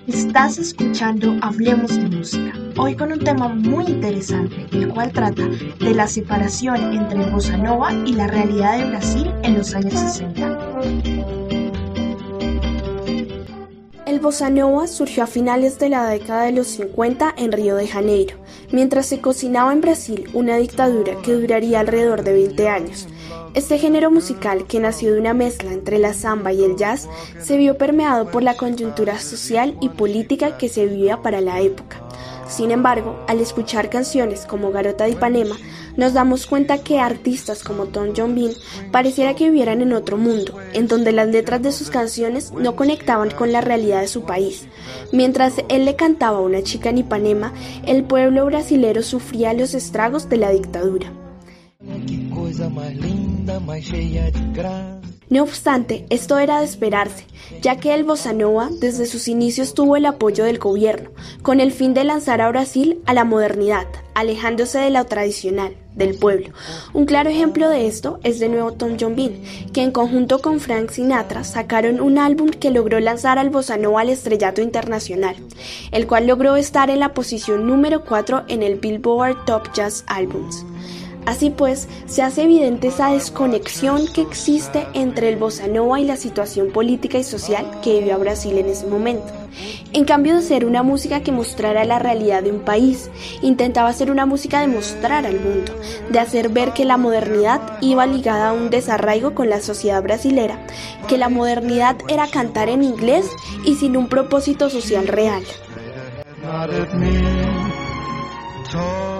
Estás escuchando Hablemos de Música, hoy con un tema muy interesante, el cual trata de la separación entre el bossa nova y la realidad de Brasil en los años 60. El bossa nova surgió a finales de la década de los 50 en Río de Janeiro, mientras se cocinaba en Brasil una dictadura que duraría alrededor de 20 años. Este género musical, que nació de una mezcla entre la samba y el jazz, se vio permeado por la coyuntura social y política que se vivía para la época. Sin embargo, al escuchar canciones como Garota de Ipanema, nos damos cuenta que artistas como Tom Jobim pareciera que vivieran en otro mundo, en donde las letras de sus canciones no conectaban con la realidad de su país. Mientras él le cantaba a una chica en Ipanema, el pueblo brasilero sufría los estragos de la dictadura. No obstante, esto era de esperarse, ya que el bossa nova desde sus inicios tuvo el apoyo del gobierno, con el fin de lanzar a Brasil a la modernidad, alejándose de lo tradicional, del pueblo. Un claro ejemplo de esto es de nuevo Tom Jobim, que en conjunto con Frank Sinatra sacaron un álbum que logró lanzar al bossa nova al estrellato internacional, el cual logró estar en la posición número 4 en el Billboard Top Jazz Albums. Así pues, se hace evidente esa desconexión que existe entre el bossa nova y la situación política y social que vivía Brasil en ese momento. En cambio de ser una música que mostrara la realidad de un país, intentaba ser una música de mostrar al mundo, de hacer ver que la modernidad iba ligada a un desarraigo con la sociedad brasilera, que la modernidad era cantar en inglés y sin un propósito social real.